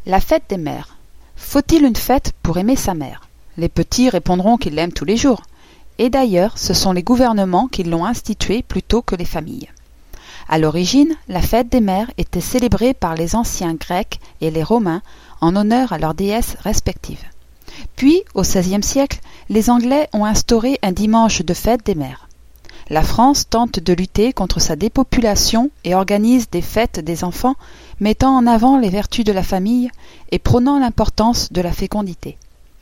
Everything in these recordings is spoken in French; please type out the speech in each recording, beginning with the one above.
La fête des mères. Faut-il une fête pour aimer sa mère? Les petits répondront qu'ils l'aiment tous les jours. Et d'ailleurs, ce sont les gouvernements qui l'ont instituée plutôt que les familles. À l'origine, la fête des mères était célébrée par les anciens Grecs et les Romains en honneur à leurs déesses respectives. Puis, au XVIe siècle, les Anglais ont instauré un dimanche de fête des mères. La France tente de lutter contre sa dépopulation et organise des fêtes des enfants mettant en avant les vertus de la famille et prônant l'importance de la fécondité.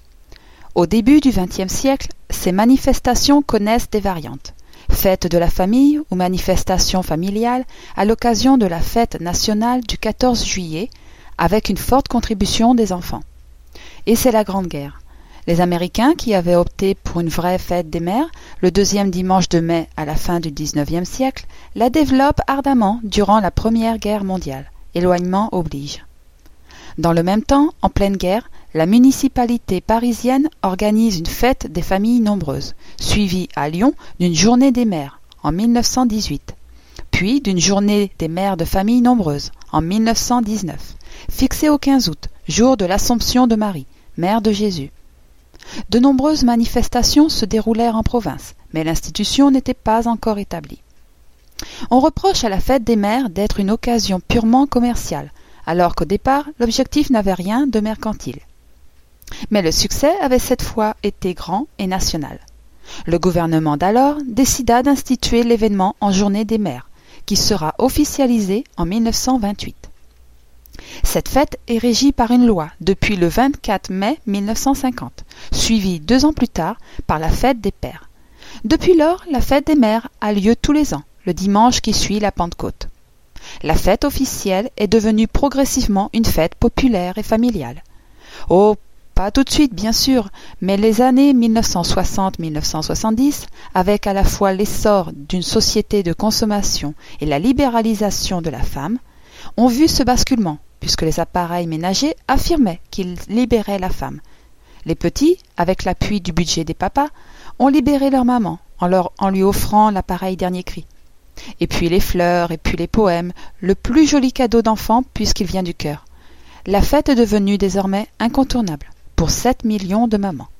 Au début du XXe siècle, ces manifestations connaissent des variantes. Fête de la famille ou manifestation familiale à l'occasion de la fête nationale du 14 juillet avec une forte contribution des enfants. Et c'est la Grande Guerre. Les Américains, qui avaient opté pour une vraie fête des mères, le deuxième dimanche de mai à la fin du XIXe siècle, la développent ardemment durant la Première Guerre mondiale. Éloignement oblige. Dans le même temps, en pleine guerre, la municipalité parisienne organise une fête des familles nombreuses, suivie à Lyon d'une journée des mères en 1918, puis d'une journée des mères de familles nombreuses en 1919, fixée au 15 août, jour de l'Assomption de Marie, mère de Jésus. De nombreuses manifestations se déroulèrent en province, mais l'institution n'était pas encore établie. On reproche à la fête des mères d'être une occasion purement commerciale, alors qu'au départ, l'objectif n'avait rien de mercantile. Mais le succès avait cette fois été grand et national. Le gouvernement d'alors décida d'instituer l'événement en journée des mères, qui sera officialisée en 1928. Cette fête est régie par une loi depuis le 24 mai 1950, suivie 2 ans plus tard par la fête des pères. Depuis lors, la fête des mères a lieu tous les ans, le dimanche qui suit la Pentecôte. La fête officielle est devenue progressivement une fête populaire et familiale. Oh, pas tout de suite bien sûr, mais les années 1960-1970, avec à la fois l'essor d'une société de consommation et la libéralisation de la femme, ont vu ce basculement, puisque les appareils ménagers affirmaient qu'ils libéraient la femme. Les petits, avec l'appui du budget des papas, ont libéré leur maman en lui offrant l'appareil dernier cri. Et puis les fleurs, et puis les poèmes, le plus joli cadeau d'enfant puisqu'il vient du cœur. La fête est devenue désormais incontournable pour 7 millions de mamans.